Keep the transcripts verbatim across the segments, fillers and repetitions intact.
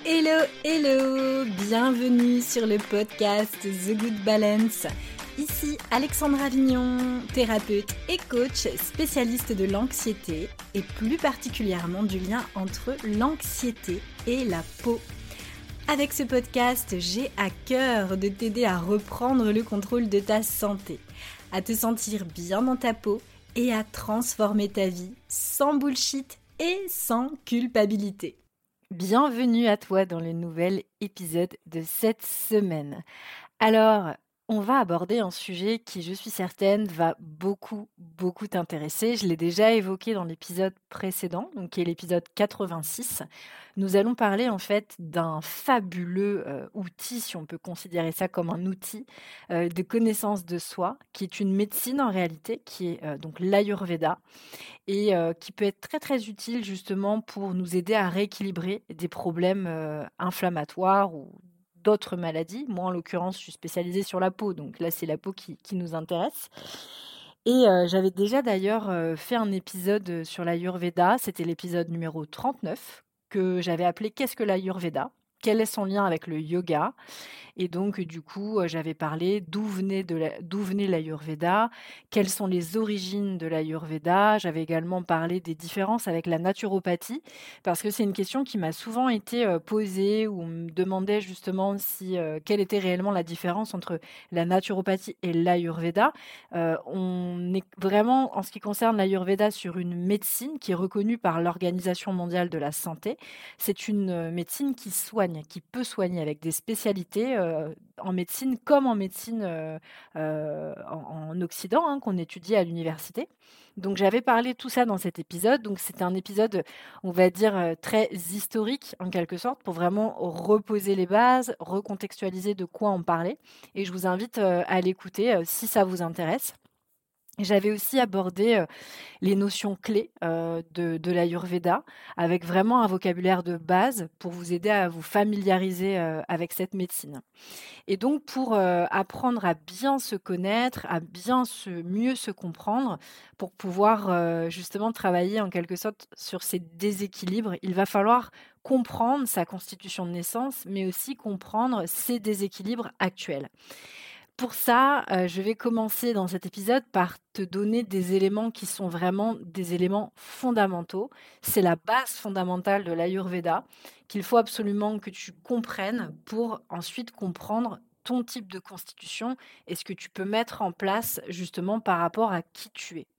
Hello, hello, bienvenue sur le podcast The Good Balance. Ici Alexandra Avignon, thérapeute et coach spécialiste de l'anxiété et plus particulièrement du lien entre l'anxiété et la peau. Avec ce podcast, j'ai à cœur de t'aider à reprendre le contrôle de ta santé, à te sentir bien dans ta peau et à transformer ta vie sans bullshit et sans culpabilité. Bienvenue à toi dans le nouvel épisode de cette semaine. Alors, on va aborder un sujet qui, je suis certaine, va beaucoup, beaucoup t'intéresser. Je l'ai déjà évoqué dans l'épisode précédent, donc qui est l'épisode quatre-vingt-six. Nous allons parler en fait d'un fabuleux euh, outil, si on peut considérer ça comme un outil euh, de connaissance de soi, qui est une médecine en réalité, qui est euh, donc l'Ayurveda, et euh, qui peut être très très utile justement pour nous aider à rééquilibrer des problèmes euh, inflammatoires ou d'autres maladies. Moi, en l'occurrence, je suis spécialisée sur la peau, donc là, c'est la peau qui, qui nous intéresse. Et euh, j'avais déjà d'ailleurs euh, fait un épisode sur l'Ayurveda, c'était l'épisode numéro trente-neuf, que j'avais appelé «Qu'est-ce que l'Ayurveda ? Quel est son lien avec le yoga ?» Et donc, du coup, euh, j'avais parlé d'où venait, de la- d'où venait l'Ayurveda, quelles sont les origines de l'Ayurveda. J'avais également parlé des différences avec la naturopathie, parce que c'est une question qui m'a souvent été euh, posée, où on me demandait justement si, euh, quelle était réellement la différence entre la naturopathie et l'Ayurveda. Euh, on est vraiment, en ce qui concerne l'Ayurveda, sur une médecine qui est reconnue par l'Organisation mondiale de la santé. C'est une euh, médecine qui soigne, qui peut soigner avec des spécialités euh, en médecine comme en médecine euh, euh, en, en Occident, hein, qu'on étudie à l'université. Donc j'avais parlé de tout ça dans cet épisode. Donc c'était un épisode, on va dire, euh, très historique en quelque sorte, pour vraiment reposer les bases, recontextualiser de quoi on parlait. Et je vous invite euh, à l'écouter euh, si ça vous intéresse. J'avais aussi abordé euh, les notions clés euh, de, de l'Ayurveda, avec vraiment un vocabulaire de base pour vous aider à vous familiariser euh, avec cette médecine. Et donc, pour euh, apprendre à bien se connaître, à bien se, mieux se comprendre, pour pouvoir euh, justement travailler en quelque sorte sur ces déséquilibres, il va falloir comprendre sa constitution de naissance, mais aussi comprendre ses déséquilibres actuels. Pour ça, heu, je vais commencer dans cet épisode par te donner des éléments qui sont vraiment des éléments fondamentaux. C'est la base fondamentale de l'Ayurveda qu'il faut absolument que tu comprennes pour ensuite comprendre ton type de constitution et ce que tu peux mettre en place justement par rapport à qui tu es.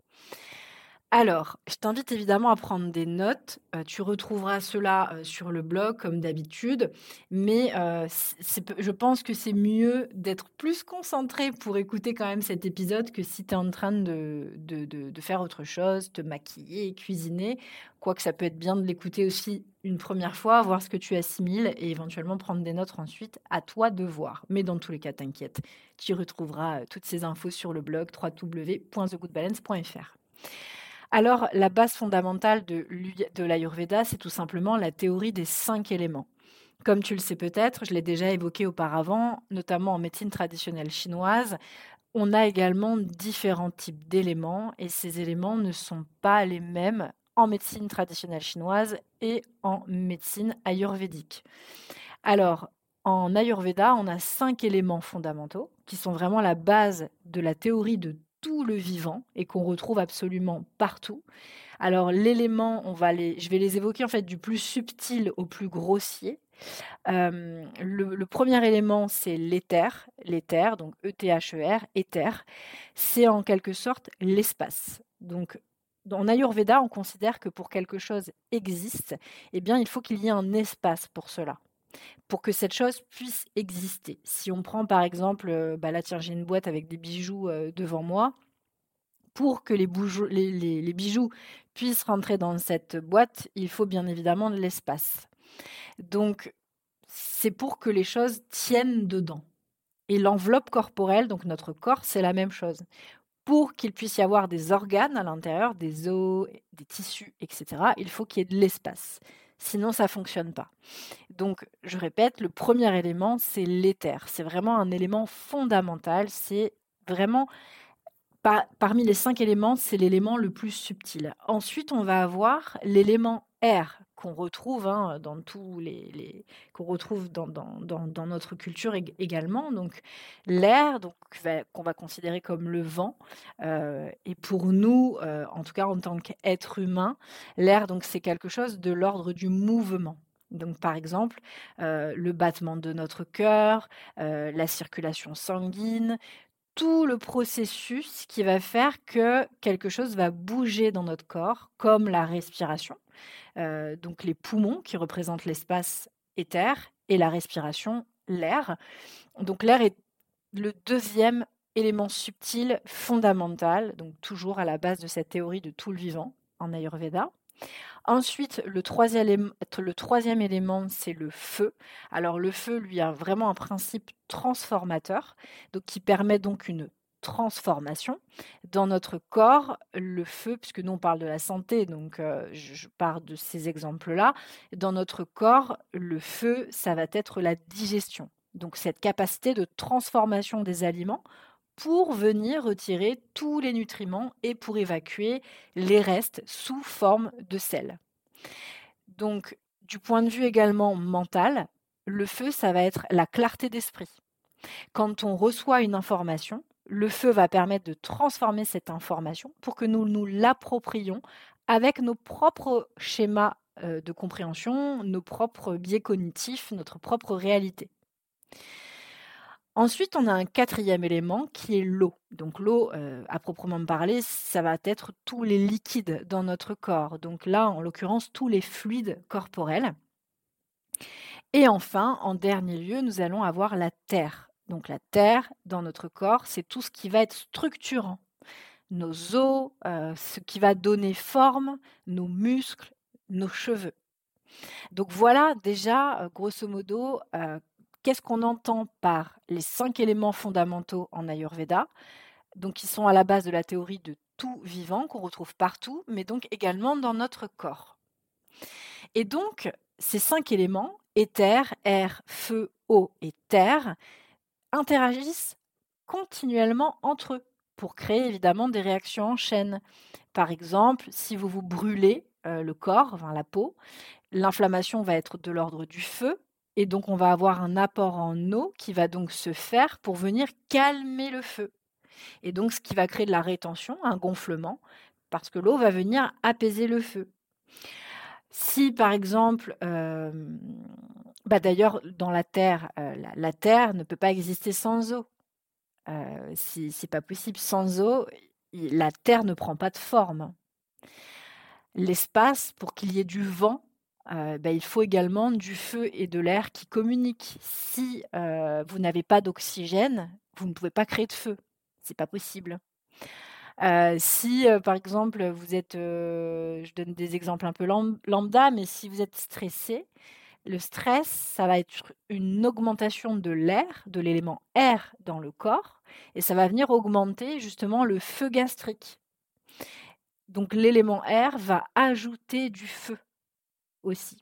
Alors, je t'invite évidemment à prendre des notes. Heu, tu retrouveras cela, heu, sur le blog comme d'habitude, mais heu, c c'est p je pense que c'est mieux d'être plus concentré pour écouter quand même cet épisode que si tu es en train de de de de faire autre chose, te maquiller, cuisiner. Quoique ça peut être bien de l'écouter aussi une première fois, voir ce que tu assimiles et éventuellement prendre des notes ensuite, à toi de voir. Mais dans tous les cas, t'inquiète, tu retrouveras, heu, toutes ces infos sur le blog w w w point the good balance point f r. Alors, la base fondamentale de l'Uy de l'Ayurveda, c'est tout simplement la théorie des cinq éléments. Comme tu le sais peut-être, je l'ai déjà évoqué auparavant, notamment en médecine traditionnelle chinoise, on a également différents types d'éléments et ces éléments ne sont pas les mêmes en médecine traditionnelle chinoise et en médecine ayurvédique. Alors, en Ayurveda, on a cinq éléments fondamentaux qui sont vraiment la base de la théorie de tout le vivant et qu'on retrouve absolument partout. Alors, l'élément, on va les, je vais les évoquer en fait du plus subtil au plus grossier. Euh, le, le premier élément, c'est l'éther. L'éther, donc E T H E R, éther. C'est en quelque sorte l'espace. Donc, en Ayurveda, on considère que pour quelque chose existe, eh bien, il faut qu'il y ait un espace pour cela, pour que cette chose puisse exister. Si on prend par exemple, euh, bah là tiens, j'ai une boîte avec des bijoux euh, devant moi, pour que les, boujou- les- les- les bijoux puissent rentrer dans cette boîte, il faut bien évidemment de l'espace. Donc, c'est pour que les choses tiennent dedans. Et l'enveloppe corporelle, donc notre corps, c'est la même chose. Pour qu'il puisse y avoir des organes à l'intérieur, des os, des tissus, et cetera, il faut qu'il y ait de l'espace. Sinon, ça ne fonctionne pas. Donc, je répète, le premier élément, c'est l'éther. C'est vraiment un élément fondamental. C'est vraiment Par parmi les cinq éléments, c'est l'élément le plus subtil. Ensuite, on va avoir l'élément air qu'on retrouve, hein, dans tous les les qu'on retrouve dans dans dans dans notre culture ég également. Donc l'air, donc va qu'on va considérer comme le vent, heu et pour nous, heu, en tout cas en tant qu'être humain, l'air donc c'est quelque chose de l'ordre du mouvement. Donc par exemple, heu, le battement de notre cœur, heu, la circulation sanguine, tout le processus qui va faire que quelque chose va bouger dans notre corps, comme la respiration. Heu, donc les poumons qui représentent l'espace éther et la respiration, l'air. Donc l'air est le deuxième élément subtil fondamental, donc toujours à la base de cette théorie de tout le vivant en Ayurveda. Ensuite, le troisième élém le troisième élément, c'est le feu. Alors le feu, lui, a vraiment un principe transformateur, donc qui permet donc une transformation. Dans notre corps, le feu, puisque nous on parle de la santé, donc heu, je je pars de ces exemples-là. Dans notre corps, le feu, ça va être la digestion. Donc cette capacité de transformation des aliments pour venir retirer tous les nutriments et pour évacuer les restes sous forme de sel. Donc, du point de vue également mental, le feu, ça va être la clarté d'esprit. Quand on reçoit une information, le feu va permettre de transformer cette information pour que nous nous l'approprions avec nos propres schémas euh, de compréhension, nos propres biais cognitifs, notre propre réalité. Ensuite, on a un quatrième élément qui est l'eau. Donc l'eau, heu, à proprement parler, ça va être tous les liquides dans notre corps. Donc là, en l'occurrence, tous les fluides corporels. Et enfin, en dernier lieu, nous allons avoir la terre. Donc la terre, dans notre corps, c'est tout ce qui va être structurant. Nos os, heu, ce qui va donner forme, nos muscles, nos cheveux. Donc voilà déjà, heu, grosso modo, heu, qu'est-ce qu'on entend par les cinq éléments fondamentaux en Ayurveda, donc qui sont à la base de la théorie de tout vivant qu'on retrouve partout, mais donc également dans notre corps. Et donc ces cinq éléments, éther, air, feu, eau et terre, interagissent continuellement entre eux pour créer évidemment des réactions en chaîne. Par exemple, si vous vous brûlez, heu, le corps, enfin la peau, l'inflammation va être de l'ordre du feu et donc on va avoir un apport en eau qui va donc se faire pour venir calmer le feu et donc ce qui va créer de la rétention, un gonflement, parce que l'eau va venir apaiser le feu. Si par exemple, hem, bah, d'ailleurs dans la terre, heu, la la terre ne peut pas exister sans eau. Heu, c'est c'est pas possible. Sans eau, i la terre ne prend pas de forme. L'espace, pour qu'il y ait du vent, heu, bah, il faut également du feu et de l'air qui communiquent. Si, heu, vous n'avez pas d'oxygène, vous ne pouvez pas créer de feu. C'est pas possible. Heu, si, heu, par exemple, vous êtes, heu, je donne des exemples un peu lam lambda, mais si vous êtes stressé, le stress, ça va être une augmentation de l'air, de l'élément air dans le corps et ça va venir augmenter justement le feu gastrique. Donc l'élément air va ajouter du feu aussi.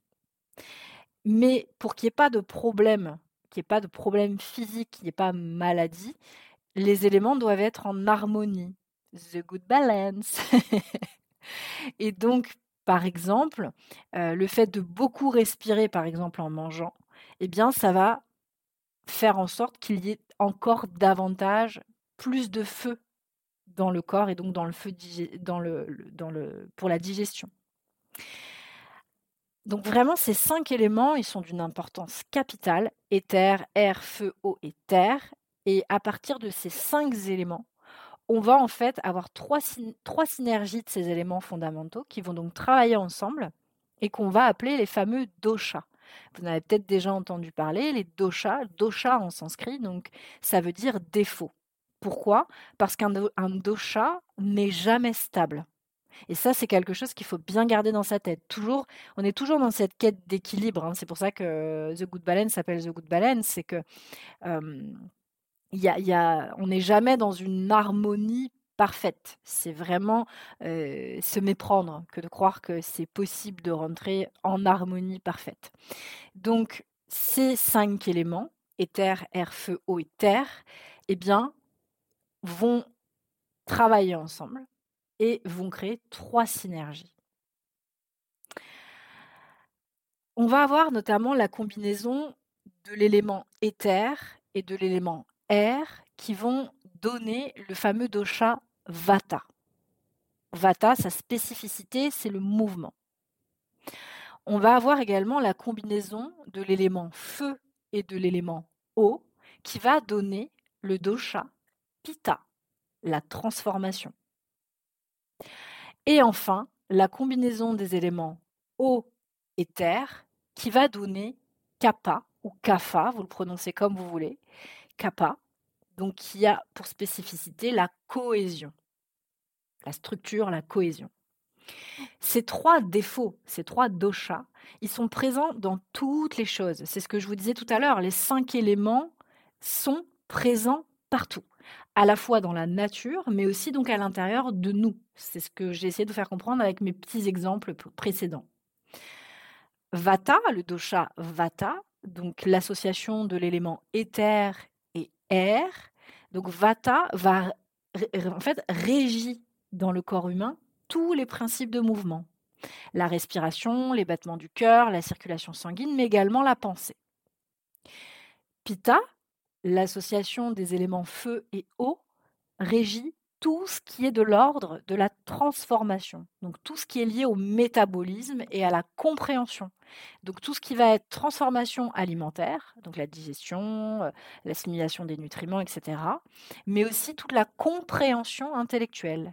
Mais pour qu'il y ait pas de problème, qu'il y ait pas de problème physique, qu'il y ait pas maladie, les éléments doivent être en harmonie. The good balance. Et donc, par exemple, heu, le fait de beaucoup respirer, par exemple, en mangeant, eh bien, ça va faire en sorte qu'il y ait encore davantage, plus de feu dans le corps et donc dans le feu digé dans le le dans le pour la digestion. Donc vraiment ces cinq éléments, ils sont d'une importance capitale, éther, air, feu, eau et terre et à partir de ces cinq éléments, on va en fait avoir trois syn trois synergies de ces éléments fondamentaux qui vont donc travailler ensemble et qu'on va appeler les fameux doshas. Vous en avez peut-être déjà entendu parler, les doshas, dosha en sanskrit, donc ça veut dire défaut. Pourquoi? Parce qu'un do un dosha n'est jamais stable. Et ça, c'est quelque chose qu'il faut bien garder dans sa tête. Toujours, on est toujours dans cette quête d'équilibre, hein. C'est pour ça que The Good Balance s'appelle The Good Balance, c'est que, hem, il y a il y a on n'est jamais dans une harmonie parfaite. C'est vraiment, heu, se méprendre que de croire que c'est possible de rentrer en harmonie parfaite. Donc ces cinq éléments, éther, air, feu, eau et terre, eh bien, vont travailler ensemble et vont créer trois synergies. On va avoir notamment la combinaison de l'élément éther et de l'élément air qui vont donner le fameux dosha Vata. Vata, sa spécificité, c'est le mouvement. On va avoir également la combinaison de l'élément feu et de l'élément eau qui va donner le dosha Pitta, la transformation. Et enfin, la combinaison des éléments eau et terre qui va donner Kapha ou Kapha, vous le prononcez comme vous voulez, Kapha, donc qui a pour spécificité la cohésion, la structure, la cohésion. Ces trois défauts, ces trois doshas, ils sont présents dans toutes les choses. C'est ce que je vous disais tout à l'heure, les cinq éléments sont présents partout, à la fois dans la nature, mais aussi donc à l'intérieur de nous. C'est ce que j'ai essayé de vous faire comprendre avec mes petits exemples précédents. Vata, le dosha Vata, donc l'association de l'élément éther et air. Donc Vata va en fait régit dans le corps humain tous les principes de mouvement. La respiration, les battements du cœur, la circulation sanguine, mais également la pensée. Pitta, l'association des éléments feu et eau, régit tout ce qui est de l'ordre de la transformation, donc tout ce qui est lié au métabolisme et à la compréhension. Donc tout ce qui va être transformation alimentaire, donc la digestion, euh, l'assimilation des nutriments, et cetera, mais aussi toute la compréhension intellectuelle.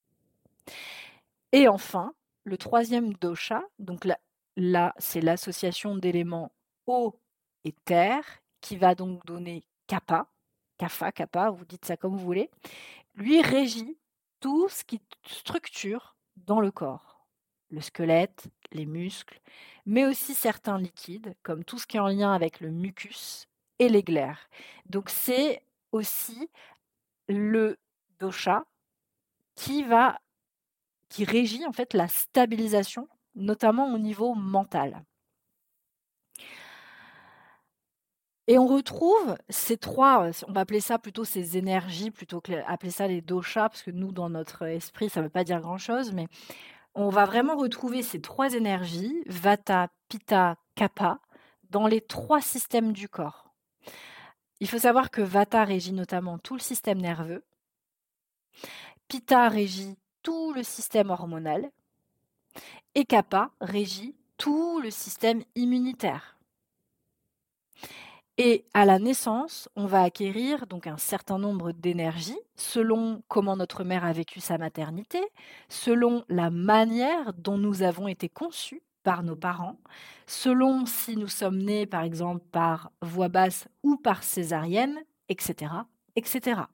Et enfin, le troisième dosha, donc là, là c'est l'association d'éléments eau et terre, qui va donc donner kapha, kapha, kapha, vous dites ça comme vous voulez, lui régit tout ce qui structure dans le corps. Le squelette, les muscles, mais aussi certains liquides, comme tout ce qui est en lien avec le mucus et les glaires. Donc c'est aussi le dosha qui va qui régit en fait la stabilisation, notamment au niveau mental. Et on retrouve ces trois, on va appeler ça plutôt ces énergies, plutôt que appeler ça les doshas, parce que nous, dans notre esprit, ça ne veut pas dire grand-chose, mais on va vraiment retrouver ces trois énergies, Vata, Pitta, Kapha, dans les trois systèmes du corps. Il faut savoir que Vata régit notamment tout le système nerveux, Pitta régit tout le système hormonal, et Kapha régit tout le système immunitaire. Et à la naissance, on va acquérir donc un certain nombre d'énergies selon comment notre mère a vécu sa maternité, selon la manière dont nous avons été conçus par nos parents, selon si nous sommes nés par exemple par voie basse ou par césarienne, et cetera, et cetera.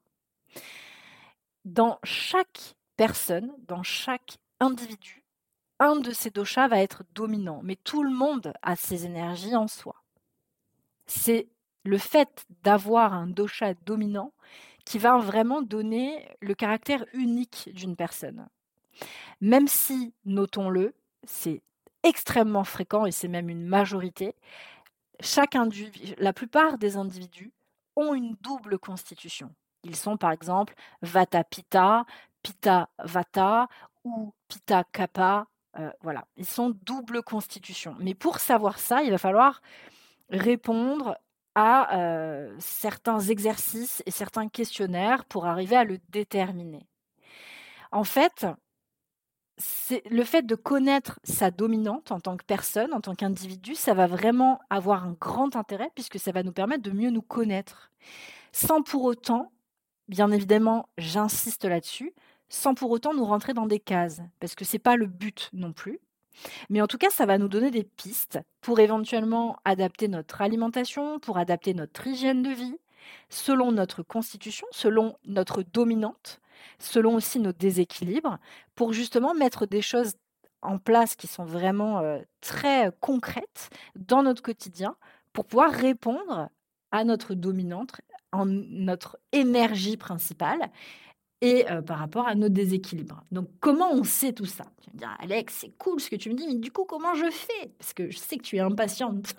Dans chaque personne, dans chaque individu, un de ces doshas va être dominant, mais tout le monde a ces énergies en soi. C'est le fait d'avoir un dosha dominant qui va vraiment donner le caractère unique d'une personne. Même si, notons-le, c'est extrêmement fréquent et c'est même une majorité, chaque individu, la plupart des individus ont une double constitution. Ils sont par exemple Vata Pitta, Pitta Vata ou Pitta Kapha. Euh, voilà, ils sont double constitution. Mais pour savoir ça, il va falloir répondre à euh, certains exercices et certains questionnaires pour arriver à le déterminer. En fait, c'est le fait de connaître sa dominante en tant que personne, en tant qu'individu, ça va vraiment avoir un grand intérêt puisque ça va nous permettre de mieux nous connaître. Sans pour autant, bien évidemment, j'insiste là-dessus, sans pour autant nous rentrer dans des cases, parce que ce n'est pas le but non plus. Mais en tout cas, ça va nous donner des pistes pour éventuellement adapter notre alimentation, pour adapter notre hygiène de vie, selon notre constitution, selon notre dominante, selon aussi nos déséquilibres, pour justement mettre des choses en place qui sont vraiment euh, très concrètes dans notre quotidien pour pouvoir répondre à notre dominante, en notre énergie principale et euh, par rapport à nos déséquilibres. Donc, comment on sait tout ça? Tu vas me dire, Alex, c'est cool ce que tu me dis, mais du coup, comment je fais? Parce que je sais que tu es impatiente.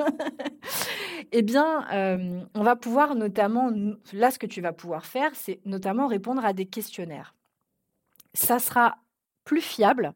Eh bien, euh, on va pouvoir notamment, là, ce que tu vas pouvoir faire, c'est notamment répondre à des questionnaires. ça sera plus fiable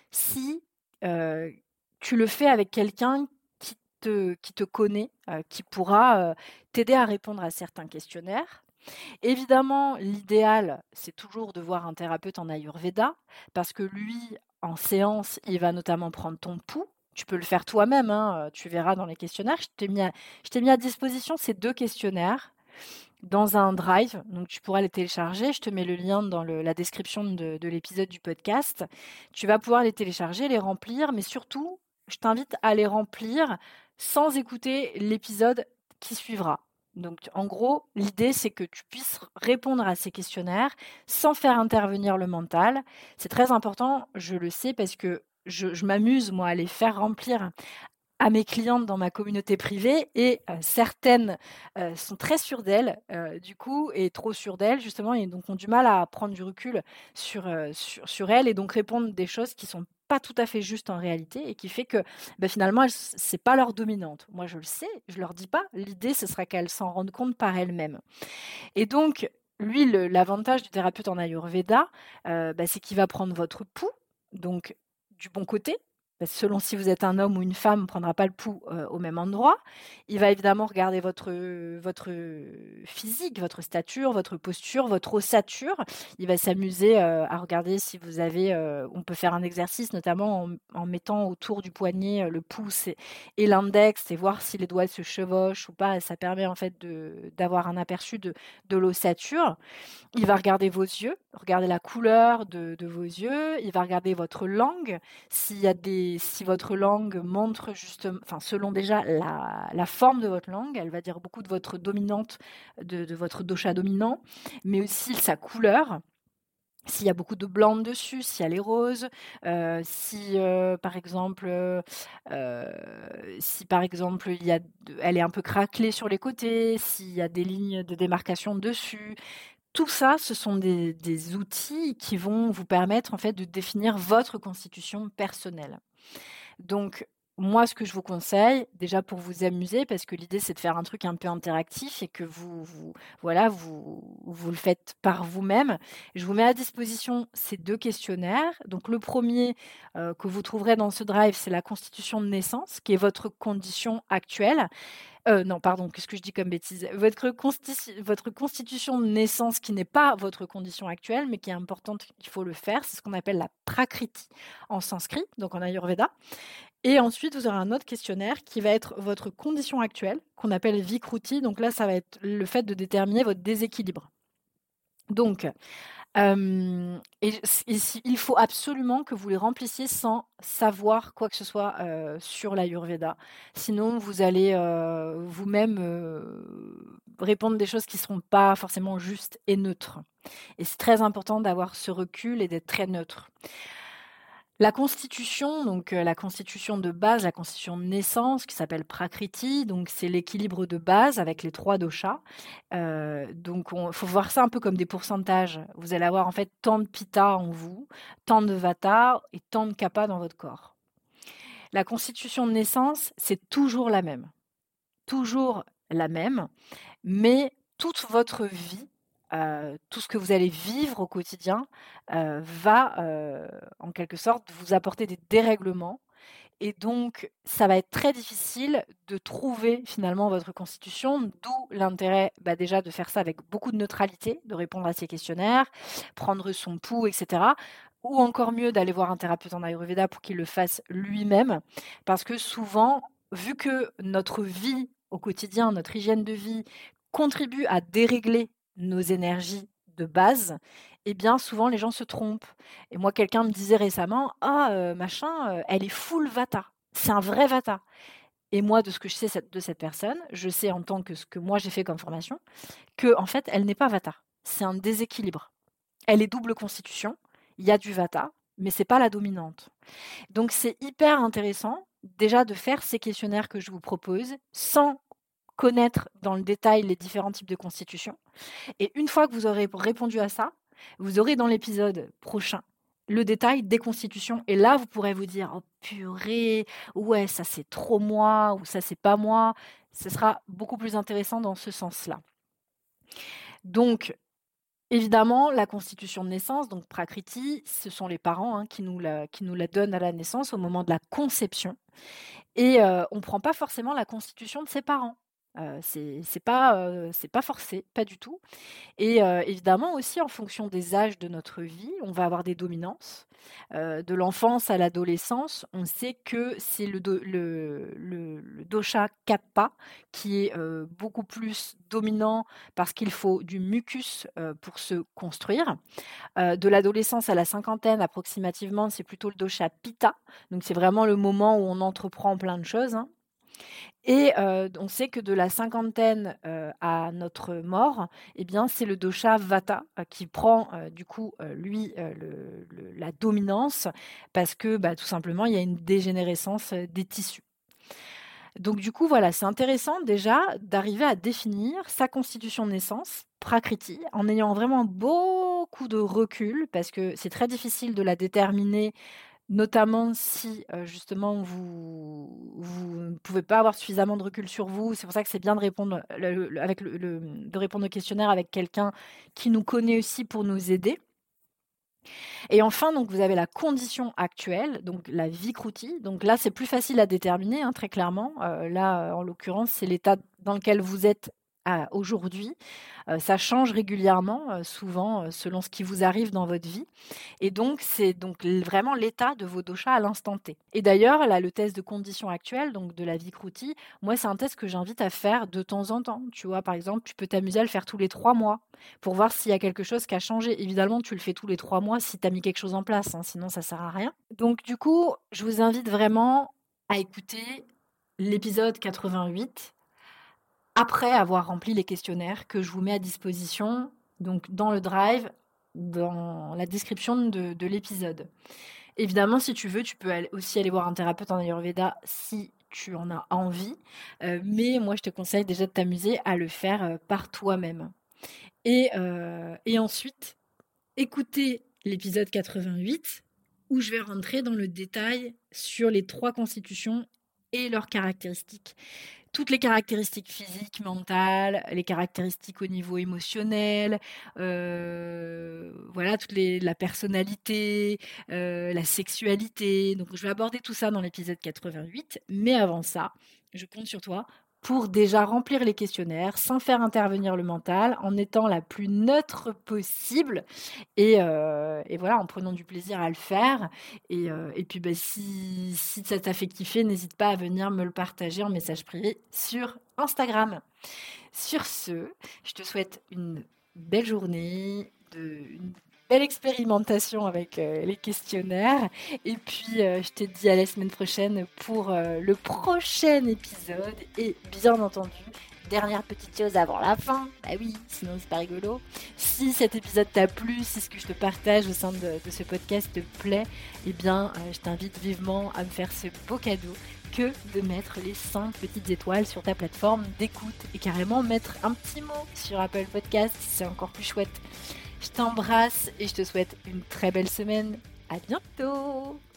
si euh, tu le fais avec quelqu'un qui te, qui te connaît, euh, qui pourra euh, t'aider à répondre à certains questionnaires. Évidemment, l'idéal, c'est toujours de voir un thérapeute en Ayurveda, parce que lui, en séance, il va notamment prendre ton pouls. Tu peux le faire toi-même, hein, euh, tu verras dans les questionnaires. Je t'ai mis à, je t'ai mis à disposition ces deux questionnaires dans un drive, donc tu pourras les télécharger. Je te mets le lien dans le- la description de, de l'épisode du podcast. Tu vas pouvoir les télécharger, les remplir, mais surtout, je t'invite à les remplir sans écouter l'épisode qui suivra. Donc, en gros, l'idée, c'est que tu puisses répondre à ces questionnaires sans faire intervenir le mental. C'est très important, je le sais, parce que je, je m'amuse, moi, à les faire remplir à mes clientes dans ma communauté privée et euh, certaines euh, sont très sûres d'elles, euh, du coup, et trop sûres d'elles, justement, et donc ont du mal à prendre du recul sur, euh, sur, sur elles et donc répondre des choses qui sont pas tout à fait justes en réalité et qui fait que bah, finalement, elles- c'est pas leur dominante. Moi, je le sais, je leur dis pas. L'idée, ce sera qu'elles s'en rendent compte par elles-mêmes. Et donc, lui, le- l'avantage du thérapeute en Ayurveda, euh, bah, c'est qu'il va prendre votre pouls, donc du bon côté. Parce que selon si vous êtes un homme ou une femme, on ne prendra pas le pouls euh, au même endroit. Il va évidemment regarder votre, votre physique, votre stature, votre posture, votre ossature. Il va s'amuser euh, à regarder si vous avez... euh, on peut faire un exercice, notamment en, en mettant autour du poignet euh, le pouce et, et l'index et voir si les doigts se chevauchent ou pas. Et ça permet en fait de, d'avoir un aperçu de, de l'ossature. Il va regarder vos yeux, regarder la couleur de, de vos yeux. Il va regarder votre langue, s'il y a des, si votre langue montre justement, enfin selon déjà la, la forme de votre langue, elle va dire beaucoup de votre dominante, de, de votre dosha dominant, mais aussi sa couleur. S'il y a beaucoup de blanc dessus, si elle est rose, euh, si euh, par exemple, euh, euh, si par exemple il y a, de- elle est un peu craquelée sur les côtés, s'il y a des lignes de démarcation dessus, tout ça, ce sont des, des outils qui vont vous permettre en fait de définir votre constitution personnelle. Donc, moi, ce que je vous conseille, déjà pour vous amuser, parce que l'idée c'est de faire un truc un peu interactif et que vous, vous voilà, vous, vous le faites par vous-même. Je vous mets à disposition ces deux questionnaires. Donc, le premier euh, que vous trouverez dans ce drive, c'est la constitution de naissance, qui est votre condition actuelle. Euh, non, pardon, qu'est-ce que je dis comme bêtise? Votre, consti- votre constitution de naissance qui n'est pas votre condition actuelle, mais qui est importante, il faut le faire, c'est ce qu'on appelle la prakriti en sanskrit, donc en Ayurveda. Et ensuite, vous aurez un autre questionnaire qui va être votre condition actuelle, qu'on appelle vikruti. Donc là, ça va être le fait de déterminer votre déséquilibre. Donc, euh, et, et si- il faut absolument que vous les remplissiez sans savoir quoi que ce soit euh, sur l'Ayurveda. Sinon, vous allez euh, vous-même euh, répondre des choses qui ne seront pas forcément justes et neutres. Et c'est très important d'avoir ce recul et d'être très neutre. La constitution, donc euh, la constitution de base, la constitution de naissance qui s'appelle Prakriti, donc c'est l'équilibre de base avec les trois doshas. Euh, donc il faut voir ça un peu comme des pourcentages. Vous allez avoir en fait tant de pitta en vous, tant de vata et tant de kapha dans votre corps. La constitution de naissance, c'est toujours la même. Toujours la même, mais toute votre vie, euh, tout ce que vous allez vivre au quotidien, euh, va euh, en quelque sorte vous apporter des dérèglements. Et donc, ça va être très difficile de trouver finalement votre constitution, d'où l'intérêt bah, déjà de faire ça avec beaucoup de neutralité, de répondre à ces questionnaires, prendre son pouls, et cetera. Ou encore mieux d'aller voir un thérapeute en Ayurveda pour qu'il le fasse lui-même. Parce que souvent, vu que notre vie au quotidien, notre hygiène de vie contribue à dérégler nos énergies de base, eh bien souvent les gens se trompent. Et moi, quelqu'un me disait récemment, ah, euh, machin, euh, elle est full vata. C'est un vrai vata. Et moi, de ce que je sais cette- de cette personne, je sais en tant que ce que moi j'ai fait comme formation, que en fait, elle n'est pas vata. C'est un déséquilibre. Elle est double constitution. Il y a du vata, mais c'est pas la dominante. Donc c'est hyper intéressant déjà de faire ces questionnaires que je vous propose sans connaître dans le détail les différents types de constitutions. Et une fois que vous aurez répondu à ça, vous aurez dans l'épisode prochain le détail des constitutions. Et là, vous pourrez vous dire, oh purée, ouais, ça c'est trop moi, ou ça c'est pas moi. Ce sera beaucoup plus intéressant dans ce sens-là. Donc, Évidemment, la constitution de naissance, donc prakriti, ce sont les parents hein, qui, nous la, qui nous la donnent à la naissance au moment de la conception. Et euh, on ne prend pas forcément la constitution de ses parents. Euh, c'est c'est pas, euh, c'est pas forcé, pas du tout. Et heu, évidemment aussi en fonction des âges de notre vie, on va avoir des dominances. Heu, de l'enfance à l'adolescence, on sait que c'est le do le le le dosha kapha qui est, heu, beaucoup plus dominant parce qu'il faut du mucus, heu, pour se construire. Heu, de l'adolescence à la cinquantaine approximativement, c'est plutôt le dosha pitta, donc c'est vraiment le moment où on entreprend plein de choses, hein. Et heu, on sait que de la cinquantaine, heu, à notre mort, eh bien, c'est le dosha vata, heu, qui prend, heu, du coup, heu, lui, heu, le le la dominance parce que, bah, tout simplement, il y a une dégénérescence, heu, des tissus. Donc du coup, voilà, c'est intéressant déjà d'arriver à définir sa constitution de naissance, prakriti, en ayant vraiment beaucoup de recul parce que c'est très difficile de la déterminer. Notamment si, heu, justement vous vous ne pouvez pas avoir suffisamment de recul sur vous. C'est pour ça que c'est bien de répondre, le le avec le le de répondre au questionnaire avec quelqu'un qui nous connaît aussi pour nous aider. Et enfin, donc vous avez la condition actuelle, donc la vikruti. Donc là, c'est plus facile à déterminer, hein, très clairement. Heu, là, en l'occurrence, c'est l'état dans lequel vous êtes à aujourd'hui. Heu, ça change régulièrement, heu, souvent, heu, selon ce qui vous arrive dans votre vie. Et donc, c'est donc l vraiment l'état de vos doshas à l'instant T. Et d'ailleurs, là, le test de condition actuelle, donc de la Vikruti, moi, c'est un test que j'invite à faire de temps en temps. Tu vois, par exemple, tu peux t'amuser à le faire tous les trois mois pour voir s'il y a quelque chose qui a changé. Évidemment, tu le fais tous les trois mois si tu as mis quelque chose en place, hein, sinon ça sert à rien. Donc du coup, je vous invite vraiment à écouter l'épisode quatre-vingt-huit après avoir rempli les questionnaires que je vous mets à disposition, donc dans le drive, dans la description de, de l'épisode. Évidemment, si tu veux, tu peux aller- aussi aller voir un thérapeute en Ayurveda si tu en as envie, euh, mais moi je te conseille déjà de t'amuser à le faire euh, par toi-même. Et, euh, et ensuite, écouter l'épisode quatre-vingt-huit où je vais rentrer dans le détail sur les trois constitutions et leurs caractéristiques. Toutes les caractéristiques physiques, mentales, les caractéristiques au niveau émotionnel, euh, voilà, toute les, la personnalité, euh, la sexualité. Donc, je vais aborder tout ça dans l'épisode quatre-vingt-huit. Mais avant ça, je compte sur toi pour déjà remplir les questionnaires sans faire intervenir le mental, en étant la plus neutre possible et, euh, et voilà, en prenant du plaisir à le faire. Et, euh, et puis, bah, si, si ça t'a fait kiffer, n'hésite pas à venir me le partager en message privé sur Instagram. Sur ce, je te souhaite une belle journée, de, une belle expérimentation avec euh, les questionnaires. Et puis, euh, je te dis à la semaine prochaine pour euh, le prochain épisode. Et bien entendu, dernière petite chose avant la fin. Bah oui, sinon c'est pas rigolo. Si cet épisode t'a plu, si ce que je te partage au sein de, de ce podcast te plaît, eh bien, euh, je t'invite vivement à me faire ce beau cadeau que de mettre les cinq petites étoiles sur ta plateforme d'écoute et carrément mettre un petit mot sur Apple Podcast, c'est encore plus chouette. Je t'embrasse et je te souhaite une très belle semaine. À bientôt!